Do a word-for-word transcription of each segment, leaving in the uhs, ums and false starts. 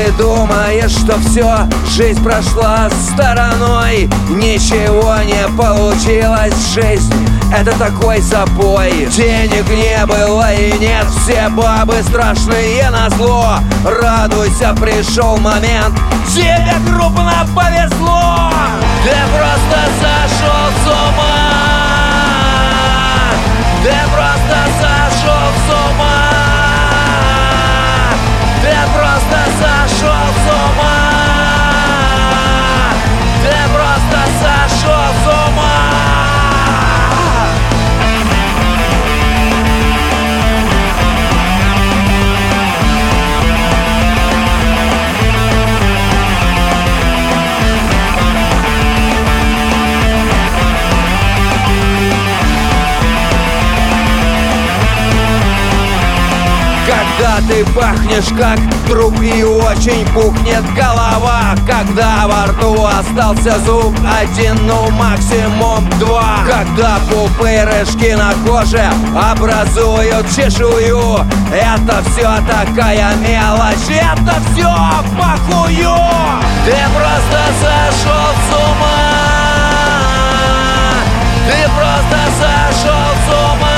Ты думаешь, что все, жизнь прошла стороной, ничего не получилось, жизнь — это такой запой. Денег не было и нет, все бабы страшные назло. Радуйся, пришел момент, тебе крупно повезло. Ты просто сошел с ума, ты просто сошел с ума, ты просто сошел с ума, ты просто сошел с ума. Когда ты пахнешь как труп и очень пухнет голова, когда во рту остался зуб один, ну максимум два, когда пупырышки на коже образуют чешую, это все такая мелочь, это все похую. Ты просто сошел с ума, ты просто сошел с ума,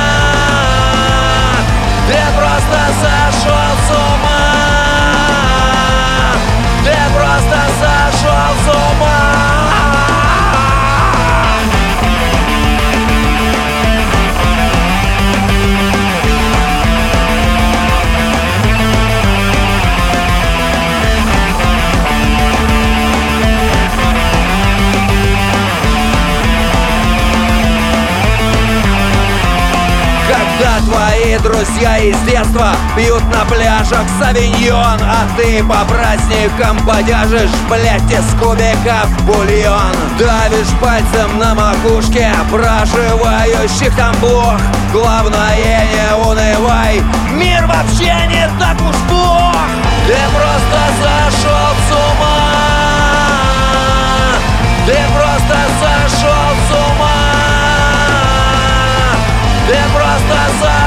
ты просто сошел с ума, ты просто сошел с ума. Когда твои друзья из детства пьют на пляжах савиньон, а ты по праздникам подяжешь, блять, из кубиков бульон. Давишь пальцем на макушке проживающих там блох. Главное, не унывай, мир вообще не так уж плох. Ты просто сошел с ума, ты просто сошел с ума, ты просто сошел.